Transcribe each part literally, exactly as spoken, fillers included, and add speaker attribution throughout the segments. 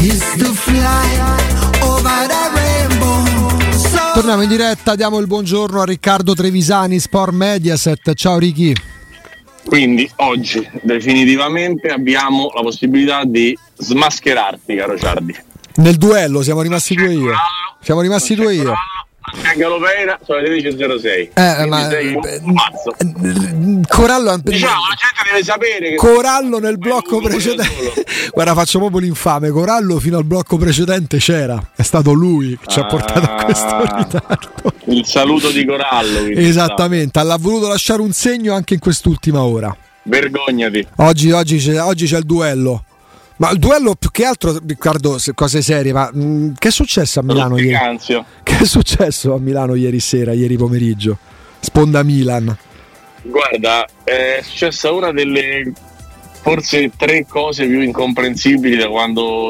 Speaker 1: Torniamo in diretta, diamo il buongiorno a Riccardo Trevisani, Sport Mediaset. Ciao Ricky.
Speaker 2: Quindi oggi definitivamente abbiamo la possibilità di smascherarti, caro Ciardi.
Speaker 1: Nel duello siamo rimasti due io. Siamo rimasti due io.
Speaker 2: A Galopeira sono le tredici e zero sei.
Speaker 1: Eh, ma sei un pazzo. Corallo,
Speaker 2: diciamo, la gente deve sapere che
Speaker 1: Corallo nel blocco precedente. Guarda, faccio proprio l'infame. Corallo fino al blocco precedente c'era. È stato lui che ci ha portato a questo ritardo.
Speaker 2: Il saluto di Corallo.
Speaker 1: Esattamente, ha voluto lasciare un segno anche in quest'ultima ora.
Speaker 2: Vergognati.
Speaker 1: Oggi, oggi, c'è, oggi c'è il duello. Ma il duello più che altro, Riccardo, cose serie, ma mh, che è successo a Milano ieri?
Speaker 2: Canzio.
Speaker 1: Che è successo a Milano ieri sera, ieri pomeriggio? Sponda Milan.
Speaker 2: Guarda, è successa una delle forse tre cose più incomprensibili da quando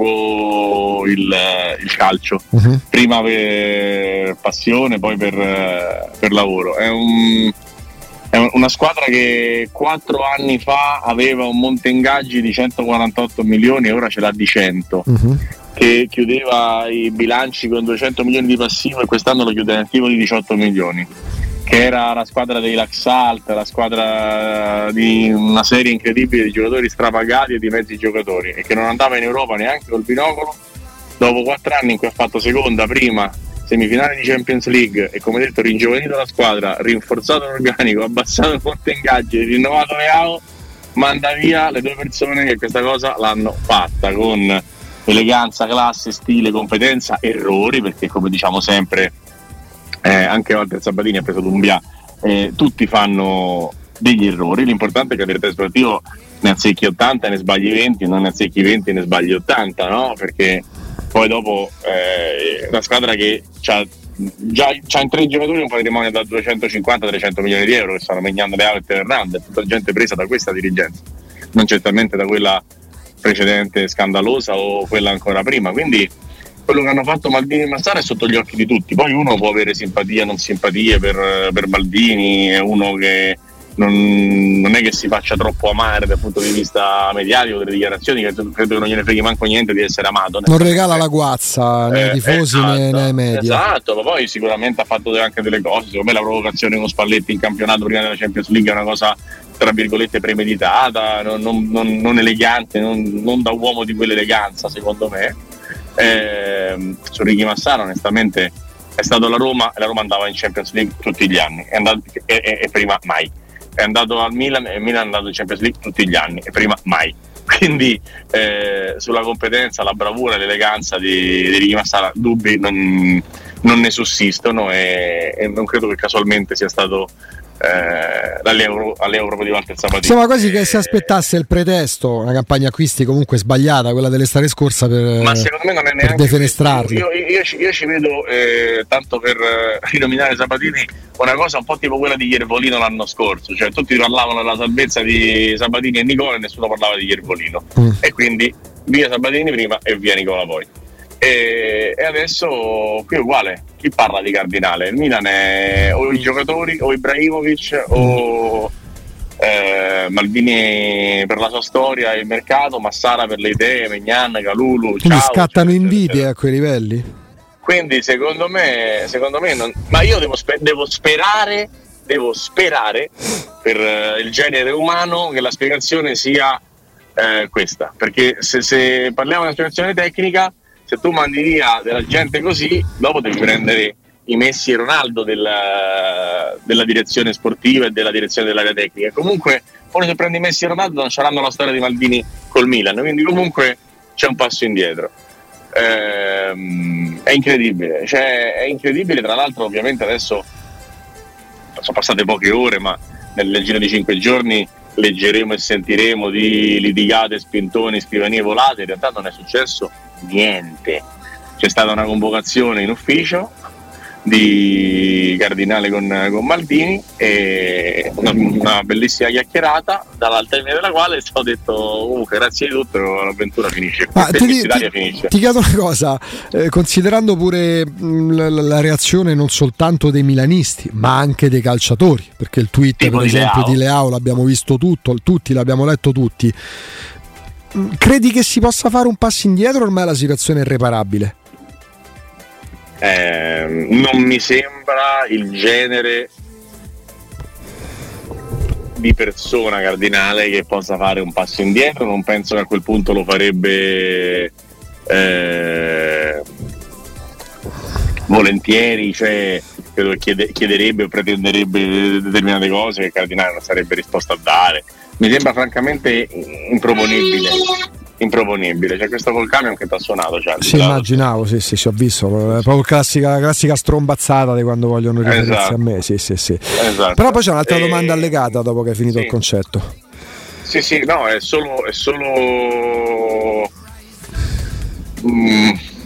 Speaker 2: seguo il, il calcio. Uh-huh. Prima per passione, poi per, per lavoro. È un... È una squadra che quattro anni fa aveva un monte ingaggi di centoquarantotto milioni e ora ce l'ha di cento, uh-huh. che chiudeva i bilanci con duecento milioni di passivo e quest'anno lo chiude nel tipo di diciotto milioni, che era la squadra dei Laxalt, la squadra di una serie incredibile di giocatori strapagati e di mezzi giocatori, e che non andava in Europa neanche col binocolo. Dopo quattro anni in cui ha fatto seconda, prima semifinale di Champions League e, come detto, ringiovanito la squadra, rinforzato l'organico, abbassato il monte ingaggi, rinnovato Leao, manda via le due persone che questa cosa l'hanno fatta con eleganza, classe, stile, competenza, errori, perché come diciamo sempre eh, anche Walter Sabatini ha preso Dumbia, eh, tutti fanno degli errori. L'importante è che a direttore sportivo ne azzecchi ottanta e ne sbagli venti, non ne azzecchi venti e ne sbagli ottanta, no? Perché poi dopo eh, una squadra che c'ha già c'ha in tre giocatori un patrimonio da duecentocinquanta trecento milioni di euro, che stanno megnando Leao e Teo Hernandez, tutta gente presa da questa dirigenza, non certamente da quella precedente scandalosa o quella ancora prima. Quindi quello che hanno fatto Maldini e Massara è sotto gli occhi di tutti. Poi uno può avere simpatia, non simpatie per, per Maldini, è uno che Non, non è che si faccia troppo amare dal punto di vista mediatico, delle dichiarazioni, che credo che non gliene freghi manco niente di essere amato.
Speaker 1: Non regala la guazza né ai eh, tifosi esatto, né ai media.
Speaker 2: Esatto, ma poi sicuramente ha fatto anche delle cose. Secondo me la provocazione con Spalletti in campionato prima della Champions League è una cosa tra virgolette premeditata, non, non, non, non elegante, non, non da uomo di quell'eleganza, secondo me. Eh, su Ricky Massara onestamente è stato la Roma e la Roma andava in Champions League tutti gli anni è andato, e, e, e prima mai. È andato al Milan e il Milan è andato in Champions League tutti gli anni e prima mai. Quindi eh, sulla competenza, la bravura e l'eleganza di, di Ricky Massara dubbi non, non ne sussistono, e, e non credo che casualmente sia stato eh, all'euro, all'euro di Walter Sabatini.
Speaker 1: Insomma, quasi che si aspettasse il pretesto, una campagna acquisti comunque sbagliata, quella dell'estate scorsa, per,
Speaker 2: ma secondo me non è
Speaker 1: per defenestrarli.
Speaker 2: Io, io, io, ci, io ci vedo, eh, tanto per eh, rinominare Sabatini, una cosa un po' tipo quella di Iervolino l'anno scorso, cioè tutti parlavano della salvezza di Sabatini e Nicola e nessuno parlava di Iervolino, mm. e quindi via Sabatini prima e via Nicola poi. E, e adesso qui è uguale, chi parla di cardinale? Il Milan è o i giocatori o Ibrahimovic o eh, Maldini per la sua storia e il mercato, Massara per le idee, Maignan, Calulu.
Speaker 1: Quindi ciao, scattano eccetera, invidie eccetera. A quei livelli?
Speaker 2: Quindi secondo me, secondo me non, ma io devo, sper- devo sperare, devo sperare per uh, il genere umano che la spiegazione sia uh, questa, perché se, se parliamo di una spiegazione tecnica, se tu mandi via della gente così, dopo devi prendere i Messi e Ronaldo della, della direzione sportiva e della direzione dell'area tecnica. Comunque, ora se prendi Messi e Ronaldo non saranno la storia di Maldini col Milan, quindi comunque c'è un passo indietro. Ehm, è incredibile, cioè, è incredibile. Tra l'altro, ovviamente adesso sono passate poche ore, ma nel giro di cinque giorni leggeremo e sentiremo di litigate, spintoni, scrivanie volate. In realtà non è successo niente. C'è stata una convocazione in ufficio di Cardinale con, con Maldini e una, una bellissima chiacchierata, dal termine della quale è stato detto comunque grazie di tutto, l'avventura finisce.
Speaker 1: Ma ti, ti, finisce. Ti chiedo una cosa, eh, considerando pure mh, la, la reazione non soltanto dei milanisti ma anche dei calciatori, perché il tweet tipo per esempio di Leao l'abbiamo visto tutto, tutti l'abbiamo letto tutti. credi che si possa fare un passo indietro, ormai la situazione è irreparabile?
Speaker 2: Eh, non mi sembra il genere di persona Cardinale che possa fare un passo indietro. Non penso che a quel punto lo farebbe eh, volentieri, cioè credo che chiede, chiederebbe o pretenderebbe determinate cose che Cardinale non sarebbe disposto a dare. Mi sembra francamente improponibile. improponibile, cioè questo col camion che ti ha suonato, cioè,
Speaker 1: sì, immaginavo, sì, sì, sì, ho visto, proprio classica, classica strombazzata di quando vogliono riferirsi esatto. a me, sì, sì, sì. Esatto. Però poi c'è un'altra e... domanda allegata dopo che hai finito sì. il concetto.
Speaker 2: Sì, sì, no, è solo è solo mm,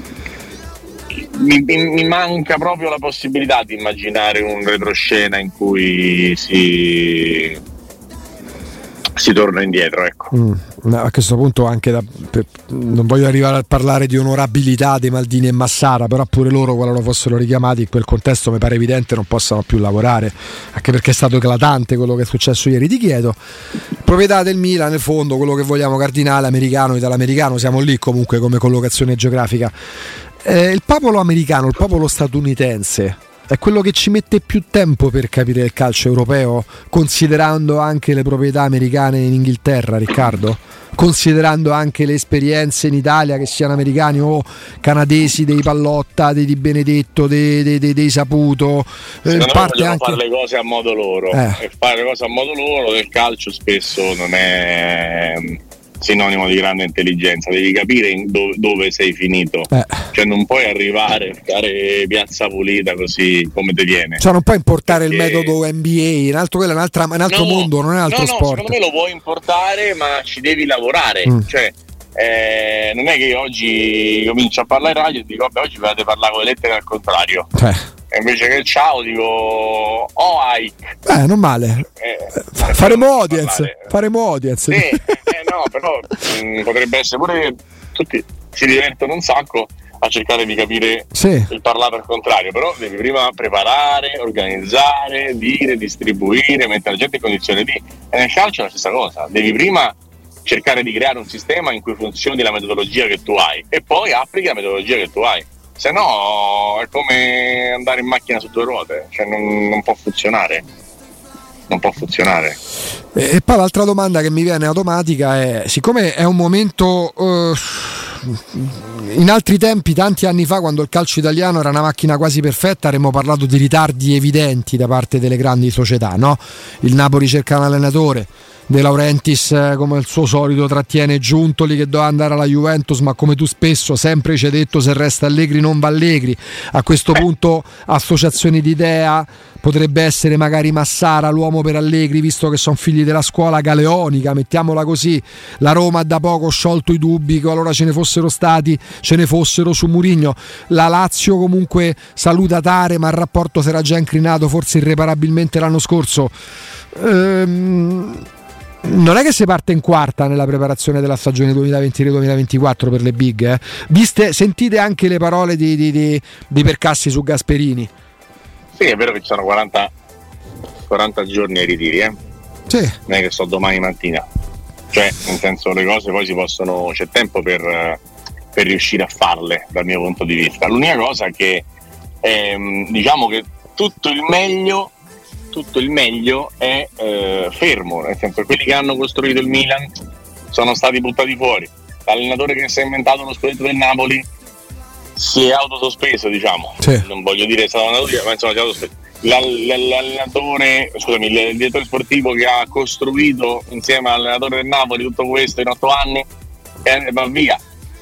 Speaker 2: mi, mi manca proprio la possibilità di immaginare un retroscena in cui si si torna indietro, ecco.
Speaker 1: Mm, no, a questo punto anche da, per, non voglio arrivare a parlare di onorabilità dei Maldini e Massara, però pure loro, qualora fossero richiamati in quel contesto, mi pare evidente non possano più lavorare, anche perché è stato eclatante quello che è successo ieri. Ti chiedo, proprietà del Milan, nel fondo quello che vogliamo, Cardinale, americano, italo-americano, siamo lì comunque come collocazione geografica. Eh, il popolo americano, il popolo statunitense è quello che ci mette più tempo per capire il calcio europeo, considerando anche le proprietà americane in Inghilterra, Riccardo? Considerando anche le esperienze in Italia, che siano americani o canadesi, dei Pallotta, dei Di Benedetto, dei, dei, dei, dei Saputo.
Speaker 2: Secondo me vogliono anche... fare le cose a modo loro, eh. e fare le cose a modo loro del calcio spesso non è sinonimo di grande intelligenza. Devi capire dove, dove sei finito, eh. cioè non puoi arrivare a fare piazza pulita così come ti viene,
Speaker 1: cioè non puoi importare perché... il metodo N B A, un altro, quello è un altro, un altro no, mondo, non è un altro
Speaker 2: no, no,
Speaker 1: sport.
Speaker 2: Secondo me lo puoi importare, ma ci devi lavorare, mm. cioè eh, non è che oggi comincio a parlare in radio e dico vabbè oggi dovete parlare con le lettere al contrario, eh. e invece che ciao dico oh Ike,
Speaker 1: eh non male, eh, faremo audience faremo audience
Speaker 2: sì, eh, no però mh, potrebbe essere pure che tutti si divertono un sacco a cercare di capire sì. il parlato al contrario, però devi prima preparare, organizzare, dire, distribuire, mettere la gente in condizione di, e nel calcio è la stessa cosa, devi prima cercare di creare un sistema in cui funzioni la metodologia che tu hai e poi applichi la metodologia che tu hai, se no è come andare in macchina su due ruote, cioè non, non può funzionare non può funzionare.
Speaker 1: E poi l'altra domanda che mi viene automatica è, siccome è un momento uh, in altri tempi, tanti anni fa, quando il calcio italiano era una macchina quasi perfetta, avremmo parlato di ritardi evidenti da parte delle grandi società, no? Il Napoli cerca un allenatore, De Laurentiis come al suo solito trattiene Giuntoli che doveva andare alla Juventus, ma come tu spesso sempre ci hai detto, se resta Allegri non va Allegri. A questo punto associazioni di idea, potrebbe essere magari Massara l'uomo per Allegri, visto che sono figli della scuola galeonica, mettiamola così. La Roma ha da poco sciolto i dubbi, qualora ce ne fossero stati, ce ne fossero su Mourinho. La Lazio comunque saluta Tare, ma il rapporto si era già incrinato forse irreparabilmente l'anno scorso. Ehm Non è che si parte in quarta nella preparazione della stagione duemilaventitré duemilaventiquattro per le big, eh? Viste, sentite anche le parole di, di, di, di Percassi su Gasperini.
Speaker 2: Sì, è vero che ci sono quaranta, quaranta giorni ai ritiri, eh?
Speaker 1: Sì.
Speaker 2: Non è che so domani mattina, cioè nel senso le cose poi si possono, c'è tempo per, per riuscire a farle dal mio punto di vista. L'unica cosa è che ehm, diciamo che tutto il meglio tutto il meglio è eh, fermo, nel senso che quelli che hanno costruito il Milan sono stati buttati fuori, l'allenatore che si è inventato lo scudetto del Napoli si è autosospeso, diciamo, sì. non voglio dire è stato un allenatore, ma insomma si è autosospeso. L'allenatore, scusami, il direttore sportivo che ha costruito insieme all'allenatore del Napoli tutto questo in otto anni e va via.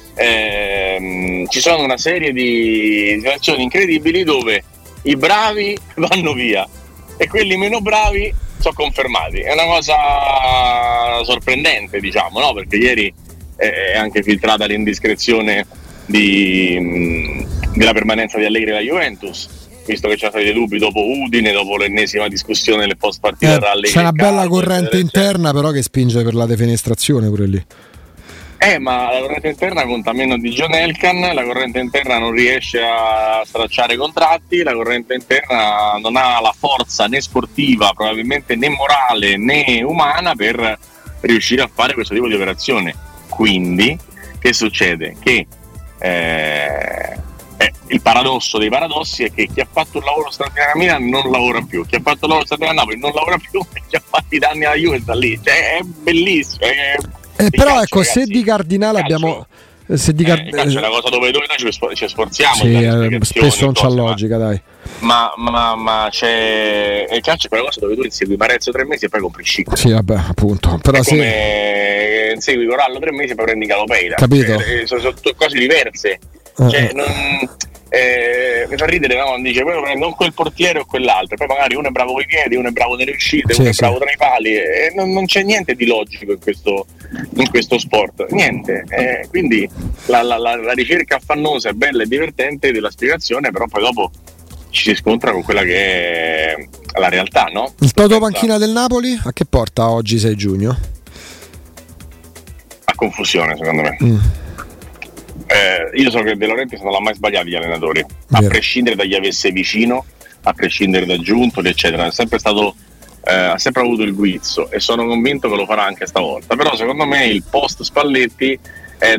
Speaker 2: Eh, ci sono una serie di situazioni incredibili dove i bravi vanno via e quelli meno bravi sono confermati. È una cosa sorprendente, diciamo, no? Perché ieri è anche filtrata l'indiscrezione di, mh, della permanenza di Allegri alla Juventus, visto che c'è stati dei dubbi dopo Udine, dopo l'ennesima discussione nelle post partita
Speaker 1: eh, tra Allegri. C'è una bella caldo, corrente interna però che spinge per la defenestrazione pure lì.
Speaker 2: Eh, ma la corrente interna conta meno di John Elkann, la corrente interna non riesce a stracciare contratti, la corrente interna non ha la forza né sportiva, probabilmente né morale né umana per riuscire a fare questo tipo di operazione. quindi che succede? Che eh, eh, il paradosso dei paradossi è che chi ha fatto un lavoro straordinario a Milan non lavora più, chi ha fatto un lavoro straordinario a Napoli non lavora più e chi ha fatto i danni alla Juve sta lì, cioè è bellissimo. È,
Speaker 1: eh, però calcio, ecco, ragazzi, se di Cardinale abbiamo... Se di
Speaker 2: Card- eh, è una cosa dove, dove noi ci sforziamo,
Speaker 1: sì, eh, spesso non c'ha logica,
Speaker 2: ma,
Speaker 1: dai.
Speaker 2: Ma, ma, ma c'è il calcio è quella cosa dove tu insegui Marezzo tre mesi e poi compri Scic.
Speaker 1: Sì, vabbè, appunto. Però
Speaker 2: è
Speaker 1: se...
Speaker 2: come insegui Corallo tre mesi e poi prendi Calopeira.
Speaker 1: Capito?
Speaker 2: Cioè, sono, sono cose diverse.
Speaker 1: Uh-huh.
Speaker 2: Cioè, non, eh, mi fa ridere no? Dice poi prendo quel portiere o quell'altro, poi magari uno è bravo con i piedi, uno è bravo nelle uscite, sì, uno sì. è bravo tra i pali e non, non c'è niente di logico in questo, in questo sport, niente. Eh, quindi la, la, la, la ricerca affannosa è bella e divertente della spiegazione, però poi dopo ci si scontra con quella che è la realtà, no?
Speaker 1: Il toto panchina del Napoli a che porta oggi sei giugno?
Speaker 2: A confusione, secondo me.
Speaker 1: Mm.
Speaker 2: Eh, io so che De Laurentiis non l'ha mai sbagliato gli allenatori, a
Speaker 1: Vero.
Speaker 2: prescindere da chi avesse vicino, a prescindere da Giuntoli, eccetera. È sempre stato, eh, ha sempre avuto il guizzo e sono convinto che lo farà anche stavolta. Però secondo me il post Spalletti è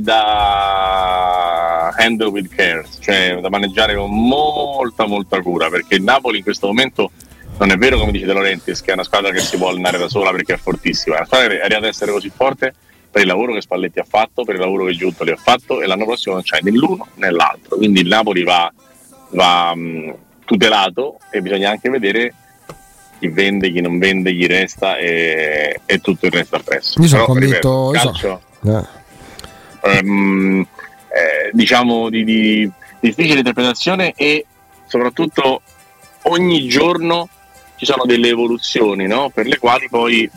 Speaker 2: da handle with care, cioè da maneggiare con molta molta cura, perché il Napoli in questo momento non è vero come dice De Laurentiis che è una squadra che si può allenare da sola perché è fortissima, è una squadra che è arrivata ad essere così forte per il lavoro che Spalletti ha fatto, per il lavoro che Giuntoli ha fatto, e l'anno prossimo non c'è né l'uno né l'altro, quindi il Napoli va, va mh, tutelato e bisogna anche vedere chi vende, chi non vende, chi resta e, e tutto il resto appresso.
Speaker 1: Io sono Però, convinto
Speaker 2: ripeto, calcio,
Speaker 1: so. eh.
Speaker 2: um, eh, diciamo di, di difficile interpretazione e soprattutto ogni giorno ci sono delle evoluzioni, no? Per le quali poi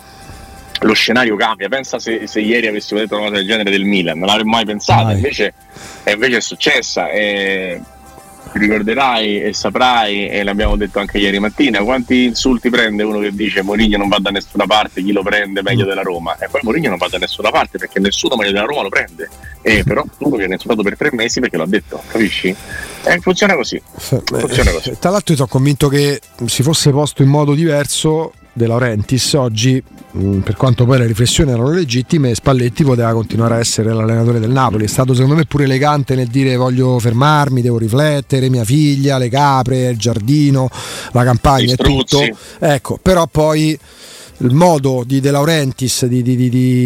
Speaker 2: lo scenario cambia. Pensa se, se ieri avessimo detto una cosa del genere del Milan, non l'avremmo mai pensata, invece, invece è successa. E ti ricorderai e saprai, e l'abbiamo detto anche ieri mattina, quanti insulti prende uno che dice Mourinho non va da nessuna parte, chi lo prende meglio della Roma, e poi Mourinho non va da nessuna parte perché nessuno meglio della Roma lo prende, e però tu viene insultato per tre mesi perché l'ha detto, capisci? Eh, funziona così, funziona così.
Speaker 1: Tra l'altro io sono convinto che si fosse posto in modo diverso De Laurentiis oggi, mh, per quanto poi le riflessioni erano legittime, Spalletti poteva continuare a essere l'allenatore del Napoli. È stato secondo me pure elegante nel dire voglio fermarmi, devo riflettere, mia figlia, le capre, il giardino, la campagna e tutto, ecco. Però poi il modo di De Laurentiis di, di, di,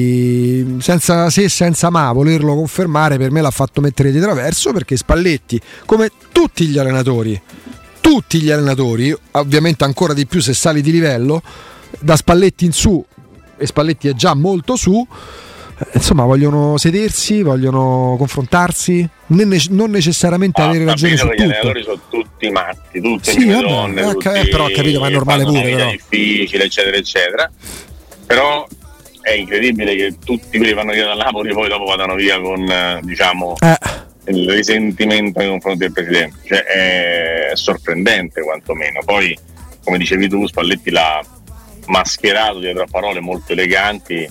Speaker 1: di senza se senza ma volerlo confermare, per me l'ha fatto mettere di traverso, perché Spalletti, come tutti gli allenatori tutti gli allenatori, ovviamente ancora di più se sali di livello, da Spalletti in su, e Spalletti è già molto su, insomma vogliono sedersi, vogliono confrontarsi, non necessariamente ah, avere ragione su tutto.
Speaker 2: Gli allenatori sono tutti matti, tutte
Speaker 1: sì,
Speaker 2: le
Speaker 1: vabbè,
Speaker 2: donne,
Speaker 1: eh,
Speaker 2: tutti,
Speaker 1: però ho capito, ma è normale pure, però. È
Speaker 2: difficile, eccetera, eccetera. Però è incredibile che tutti quelli vanno via dal Napoli e poi dopo vadano via con, diciamo... Eh. il risentimento nei confronti del presidente, cioè è sorprendente quantomeno. Poi, come dicevi tu, Spalletti l'ha mascherato dietro a parole molto eleganti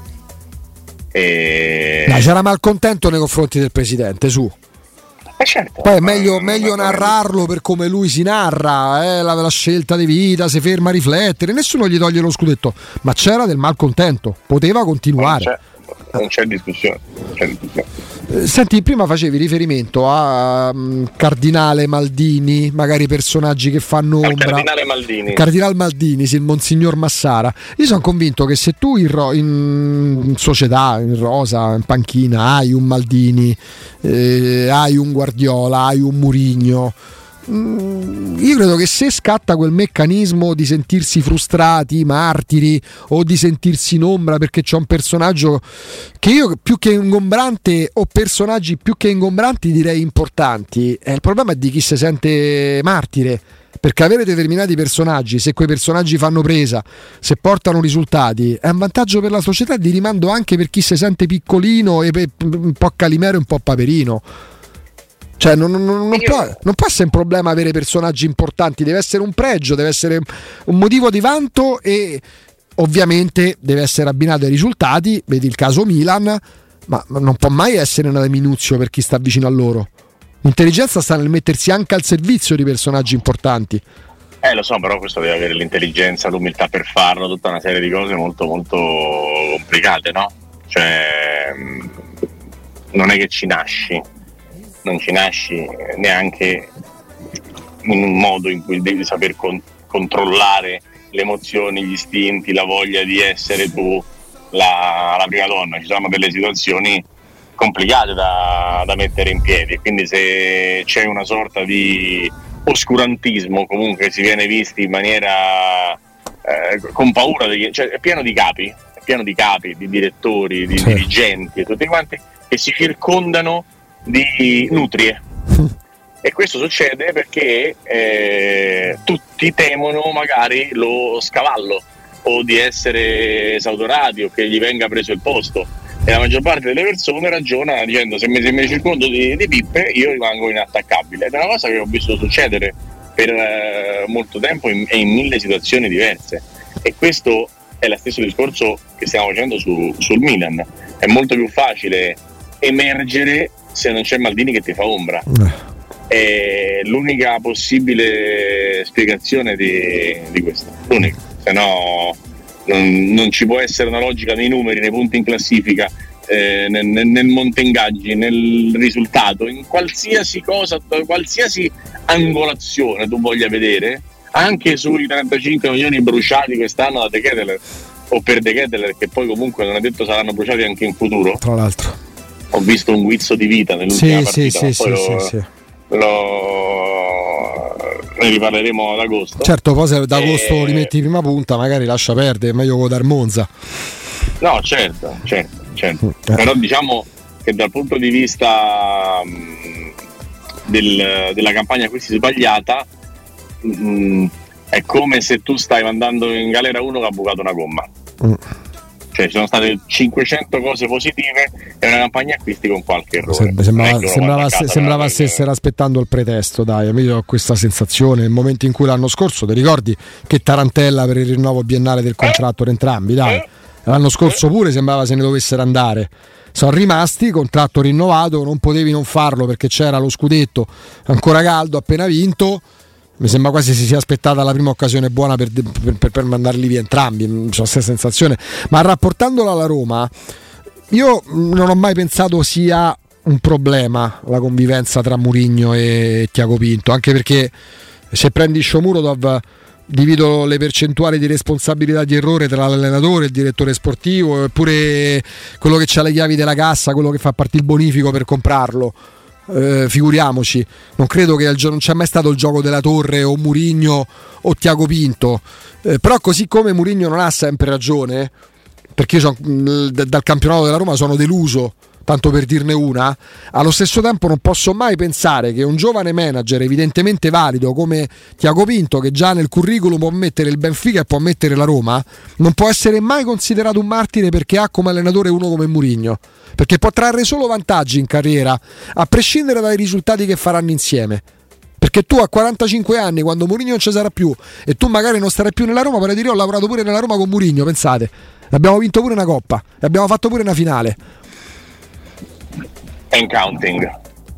Speaker 2: e... Dai,
Speaker 1: c'era malcontento nei confronti del presidente, su.
Speaker 2: Eh certo,
Speaker 1: poi è meglio, meglio narrarlo per come lui si narra, eh, la, la scelta di vita, si ferma a riflettere, nessuno gli toglie lo scudetto, ma c'era del malcontento, poteva continuare.
Speaker 2: Non c'è, non c'è discussione, non c'è discussione.
Speaker 1: Senti, prima facevi riferimento a um, Cardinale Maldini, magari personaggi che fanno
Speaker 2: Al
Speaker 1: ombra.
Speaker 2: Cardinale Maldini.
Speaker 1: Cardinale Maldini, sì, il Monsignor Massara. Io sono convinto che se tu in, ro- in società, in rosa, in panchina, hai un Maldini, eh, hai un Guardiola, hai un Mourinho, io credo che se scatta quel meccanismo di sentirsi frustrati, martiri, o di sentirsi in ombra perché c'è un personaggio che io più che ingombrante, o personaggi più che ingombranti direi importanti, eh, il problema è di chi si sente martire, perché avere determinati personaggi, se quei personaggi fanno presa, se portano risultati, è un vantaggio per la società, di rimando anche per chi si sente piccolino e un po' calimero e un po' paperino. Cioè non, non, non, può, non può essere un problema avere personaggi importanti, deve essere un pregio, deve essere un motivo di vanto, e ovviamente deve essere abbinato ai risultati. Vedi il caso Milan, ma non può mai essere una minuzio per chi sta vicino a loro. L'intelligenza sta nel mettersi anche al servizio di personaggi importanti.
Speaker 2: Eh lo so, però questo deve avere l'intelligenza, l'umiltà per farlo, tutta una serie di cose molto molto complicate, no? Cioè ehm, non è che ci nasci, non ci nasci neanche in un modo in cui devi saper con- controllare le emozioni, gli istinti, la voglia di essere tu la, la prima donna. Ci sono delle situazioni complicate da, da mettere in piedi, quindi se c'è una sorta di oscurantismo, comunque si viene visti in maniera eh, con paura, di, cioè è pieno di capi, è pieno di capi, di direttori, di sì. dirigenti e tutti quanti che si circondano di nutrie. E questo succede perché eh, tutti temono magari lo scavallo o di essere esautorati o che gli venga preso il posto, e la maggior parte delle persone ragiona dicendo se mi, se mi circondo di, di pippe io rimango inattaccabile, ed è una cosa che ho visto succedere per eh, molto tempo in, e in mille situazioni diverse, e questo è lo stesso discorso che stiamo facendo su, sul Milan. È molto più facile emergere se non c'è Maldini che ti fa ombra. È l'unica possibile spiegazione di, di questo, l'unica, se no non, non ci può essere una logica nei numeri, nei punti in classifica, eh, nel, nel monte ingaggi, nel risultato, in qualsiasi cosa, qualsiasi angolazione tu voglia vedere, anche sui trentacinque milioni bruciati quest'anno da De Ketelaere o per De Ketelaere, che poi comunque non è detto saranno bruciati anche in futuro.
Speaker 1: Tra l'altro
Speaker 2: ho visto un guizzo di vita nell'ultima
Speaker 1: sì,
Speaker 2: partita,
Speaker 1: sì,
Speaker 2: ma
Speaker 1: sì,
Speaker 2: poi
Speaker 1: sì,
Speaker 2: lo,
Speaker 1: sì, sì.
Speaker 2: Lo... ne riparleremo ad agosto.
Speaker 1: Certo, poi se ad agosto
Speaker 2: e...
Speaker 1: li metti prima punta magari lascia perdere, è meglio votare Monza.
Speaker 2: No, certo, certo, certo.
Speaker 1: Eh.
Speaker 2: Però diciamo che dal punto di vista mh, del, della campagna acquisti sbagliata, mh, è come se tu stai mandando in galera uno che ha bucato una gomma. Mm. Cioè ci sono state cinquecento cose positive e una campagna acquisti con qualche errore.
Speaker 1: Sembrava, sembrava, se, sembrava stessero aspettando il pretesto, dai, io ho questa sensazione nel momento in cui l'anno scorso, ti ricordi che tarantella per il rinnovo biennale del contratto per entrambi, dai, l'anno scorso pure sembrava se ne dovessero andare, sono rimasti, contratto rinnovato, non potevi non farlo perché c'era lo scudetto ancora caldo, appena vinto. Mi sembra quasi si sia aspettata la prima occasione buona per, per, per mandarli via entrambi, ho la stessa sensazione. Ma rapportandola alla Roma, io non ho mai pensato sia un problema la convivenza tra Mourinho e Tiago Pinto, anche perché se prendi Shomurodov divido le percentuali di responsabilità di errore tra l'allenatore e il direttore sportivo, eppure quello che ha le chiavi della cassa, quello che fa partire il bonifico per comprarlo. Eh, figuriamoci, non credo che non c'è mai stato il gioco della torre o Mourinho o Tiago Pinto, eh, però così come Mourinho non ha sempre ragione, perché io dal campionato della Roma sono deluso, tanto per dirne una, allo stesso tempo non posso mai pensare che un giovane manager evidentemente valido come Tiago Pinto, che già nel curriculum può mettere il Benfica e può mettere la Roma, non può essere mai considerato un martire perché ha come allenatore uno come Mourinho, perché può trarre solo vantaggi in carriera a prescindere dai risultati che faranno insieme, perché tu a quarantacinque anni, quando Mourinho non ci sarà più e tu magari non starai più nella Roma, potrai dire ho lavorato pure nella Roma con Mourinho, pensate, abbiamo vinto pure una coppa e abbiamo fatto pure una finale
Speaker 2: and counting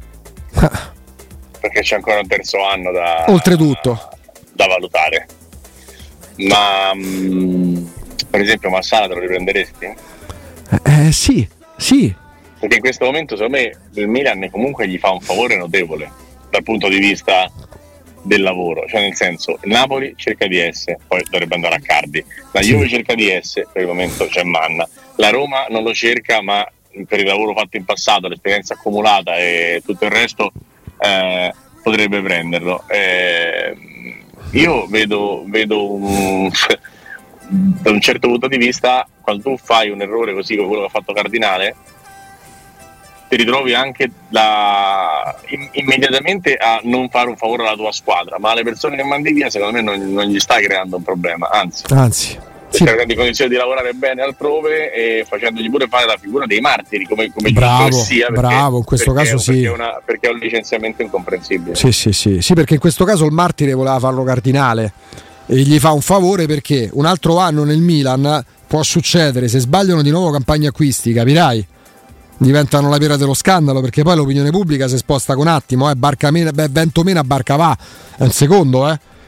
Speaker 2: perché c'è ancora un terzo anno da
Speaker 1: oltretutto
Speaker 2: da valutare. Ma mh, per esempio Massala te lo riprenderesti?
Speaker 1: Eh sì, sì,
Speaker 2: perché in questo momento secondo me il Milan comunque gli fa un favore notevole dal punto di vista del lavoro, cioè nel senso il Napoli cerca di essere, poi dovrebbe andare a Cardi, la Juve sì. cerca di essere, per il momento c'è Manna, la Roma non lo cerca, ma per il lavoro fatto in passato, l'esperienza accumulata e tutto il resto eh, potrebbe prenderlo. Eh, io vedo, vedo un, da un certo punto di vista, quando tu fai un errore così come quello che ha fatto Cardinale, ti ritrovi anche da, in, immediatamente a non fare un favore alla tua squadra, ma alle persone che mandi via secondo me non, non gli stai creando un problema, anzi,
Speaker 1: anzi
Speaker 2: sì. Cercando in condizioni di lavorare bene altrove e facendogli pure fare la figura dei martiri come, come
Speaker 1: bravo,
Speaker 2: sia, perché,
Speaker 1: bravo, in questo
Speaker 2: perché,
Speaker 1: caso
Speaker 2: perché
Speaker 1: sì
Speaker 2: è una, perché è un licenziamento incomprensibile.
Speaker 1: Sì, sì, sì, sì, perché in questo caso il martire voleva farlo Cardinale e gli fa un favore, perché un altro anno nel Milan può succedere, se sbagliano di nuovo campagna acquisti, capirai, diventano la pera dello scandalo, perché poi l'opinione pubblica si sposta con attimo, eh, barca mena, beh, vento mena barca va, è un secondo, eh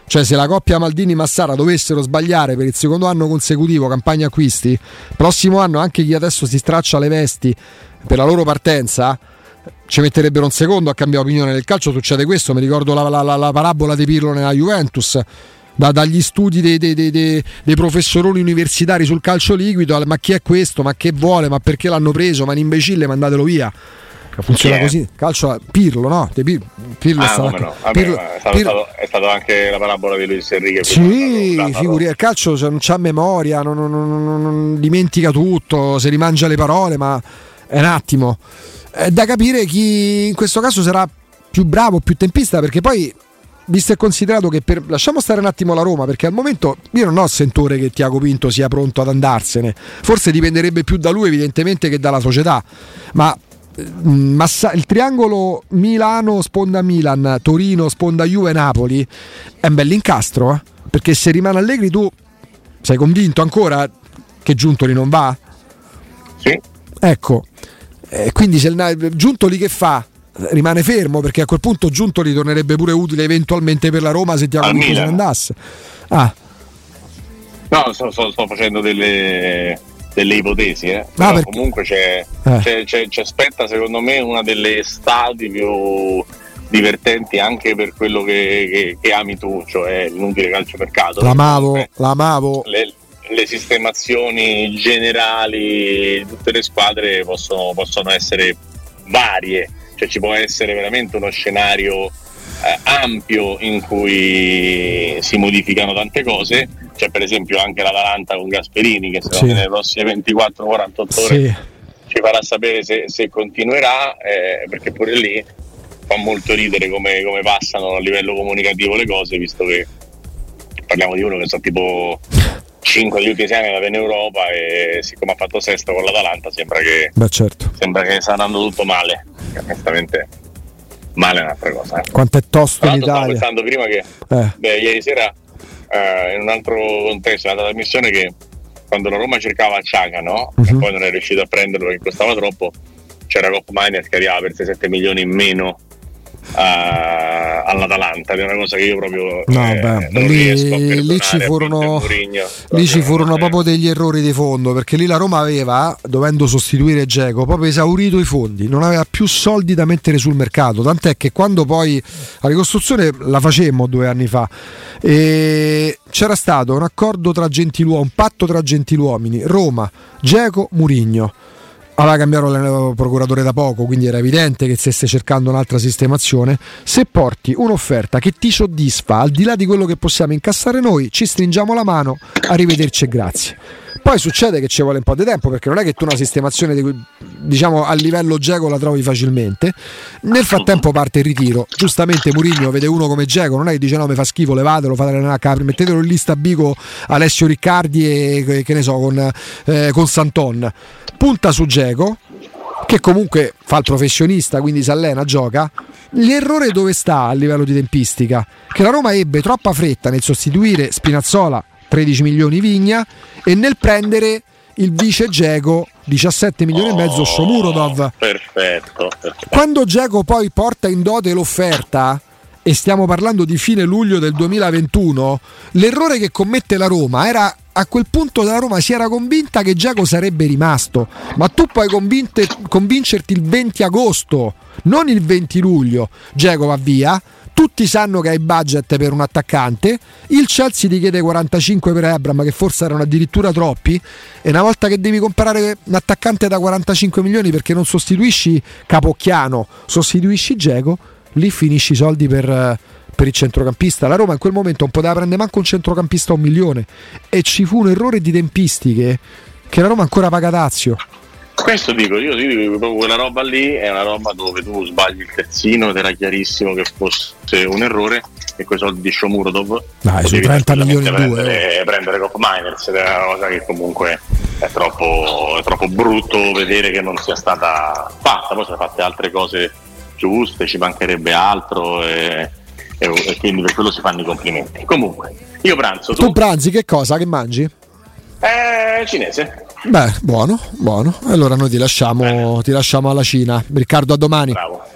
Speaker 1: Cioè, se la coppia Maldini-Massara dovessero sbagliare per il secondo anno consecutivo campagna acquisti, prossimo anno anche chi adesso si straccia le vesti per la loro partenza ci metterebbero un secondo a cambiare opinione. Nel calcio succede questo. Mi ricordo la, la, la, la parabola di Pirlo nella Juventus, da, dagli studi dei, dei, dei, dei, dei professoroni universitari sul calcio liquido, ma chi è questo, ma che vuole, ma perché l'hanno preso, ma un imbecille, mandatelo via. Funziona così. Calcio Pirlo, no? Pirlo,
Speaker 2: ah,
Speaker 1: è, stato,
Speaker 2: no. Vabbè,
Speaker 1: Pirlo,
Speaker 2: è, stato,
Speaker 1: Pirlo,
Speaker 2: stato, è stato anche la parabola di Luis Enrique.
Speaker 1: Sì, figuri, il calcio non c'ha memoria, non, non, non, non dimentica tutto, si rimangia le parole, ma è un attimo. È da capire chi in questo caso sarà più bravo, più tempista, perché poi, visto e considerato che per, lasciamo stare un attimo la Roma, perché al momento io non ho sentore che Tiago Pinto sia pronto ad andarsene, forse dipenderebbe più da lui evidentemente che dalla società, ma Massa, il triangolo Milano sponda Milan, Torino sponda Juve, Napoli è un bell'incastro, eh? Perché se rimane Allegri tu sei convinto ancora che Giuntoli non va?
Speaker 2: Sì.
Speaker 1: Ecco, eh, quindi se il Giuntoli che fa? Rimane fermo, perché a quel punto Giuntoli tornerebbe pure utile eventualmente per la Roma se Tiago Pinto se ne andasse. Ah.
Speaker 2: No, sto, sto, sto facendo delle delle ipotesi, eh. Però
Speaker 1: ah, perché...
Speaker 2: comunque c'è,
Speaker 1: eh.
Speaker 2: c'è, c'è, c'è aspetta secondo me una delle estati più divertenti anche per quello che, che, che ami tu, cioè l'inutile calciomercato.
Speaker 1: L'amavo, l'amavo.
Speaker 2: Le, le sistemazioni generali di tutte le squadre possono, possono essere varie, cioè ci può essere veramente uno scenario eh, ampio in cui si modificano tante cose. C'è per esempio anche l'Atalanta con Gasperini che
Speaker 1: sì.
Speaker 2: nelle prossime ventiquattro quarantotto ore
Speaker 1: sì.
Speaker 2: ci farà sapere se, se continuerà, eh, perché pure lì fa molto ridere come, come passano a livello comunicativo le cose, visto che parliamo di uno che sono tipo cinque degli ultimi anni in Europa e siccome ha fatto sesto con l'Atalanta sembra che,
Speaker 1: Beh, certo.
Speaker 2: sembra che sta andando tutto male, onestamente male è un'altra cosa. Eh.
Speaker 1: Quanto è tosto in Italia.
Speaker 2: Stavo pensando prima che
Speaker 1: eh.
Speaker 2: beh, ieri sera Uh, in un altro contesto è una trasmissione che quando la Roma cercava Xhaka, no? Uh-huh. E poi non è riuscito a prenderlo perché costava troppo, c'era Cop Miners che arrivava per sei sette milioni in meno uh, all'Atalanta, è una cosa che io proprio
Speaker 1: no,
Speaker 2: eh,
Speaker 1: beh,
Speaker 2: non
Speaker 1: lì,
Speaker 2: riesco a perdonare.
Speaker 1: Lì ci furono, lì ci furono proprio degli errori di fondo, perché lì la Roma aveva, dovendo sostituire Dzeko, proprio esaurito i fondi, non aveva più soldi da mettere sul mercato, tant'è che quando poi la ricostruzione la facemmo due anni fa e c'era stato un accordo tra gentiluomini, un patto tra gentiluomini, Roma, Dzeko, Mourinho. Aveva cambiato il procuratore da poco, quindi era evidente che stesse cercando un'altra sistemazione. Se porti un'offerta che ti soddisfa, al di là di quello che possiamo incassare noi, ci stringiamo la mano, arrivederci e grazie. Poi succede che ci vuole un po' di tempo, perché non è che tu una sistemazione di, diciamo a livello Dzeko la trovi facilmente. Nel frattempo parte il ritiro. Giustamente Mourinho vede uno come Dzeko, non è che dice no mi fa schifo, levatelo, fate allenare a Capri, mettetelo in lista bico Alessio Riccardi e che ne so con, eh, con Santon. Punta su Dzeko, che comunque fa il professionista, quindi si allena, gioca. L'errore dove sta a livello di tempistica? Che la Roma ebbe troppa fretta nel sostituire Spinazzola, tredici milioni Vigna, e nel prendere il vice Dzeko, diciassette milioni oh, e mezzo Shomurodov.
Speaker 2: Perfetto, perfetto.
Speaker 1: Quando Dzeko poi porta in dote l'offerta, e stiamo parlando di fine luglio del duemilaventuno, l'errore che commette la Roma era, a quel punto la Roma si era convinta che Dzeko sarebbe rimasto, ma tu puoi convinte, convincerti il venti agosto, non il venti luglio. Dzeko va via, tutti sanno che hai budget per un attaccante, il Chelsea ti chiede quarantacinque per Abraham, che forse erano addirittura troppi, e una volta che devi comprare un attaccante da quarantacinque milioni perché non sostituisci Capocchiano, sostituisci Dzeko, lì finisci i soldi per, per il centrocampista. La Roma in quel momento non poteva prendere manco un centrocampista a un milione, e ci fu un errore di tempistiche che la Roma ancora paga dazio.
Speaker 2: Questo dico, io ti dico proprio quella roba lì è una roba dove tu sbagli il terzino ed era chiarissimo che fosse un errore, e quei soldi di Shomurodov
Speaker 1: dai, su trenta milioni in due
Speaker 2: prendere, prendere Cop Miners è una cosa che comunque è troppo, è troppo brutto vedere che non sia stata fatta. Poi sono fatte altre cose giuste, ci mancherebbe altro e, e, e quindi per quello si fanno i complimenti. Comunque io pranzo, tu,
Speaker 1: tu pranzi che cosa? Che mangi?
Speaker 2: Eh, cinese.
Speaker 1: Beh, buono, buono. Allora noi ti lasciamo, ti lasciamo alla Cina. Riccardo, a domani.
Speaker 2: Bravo.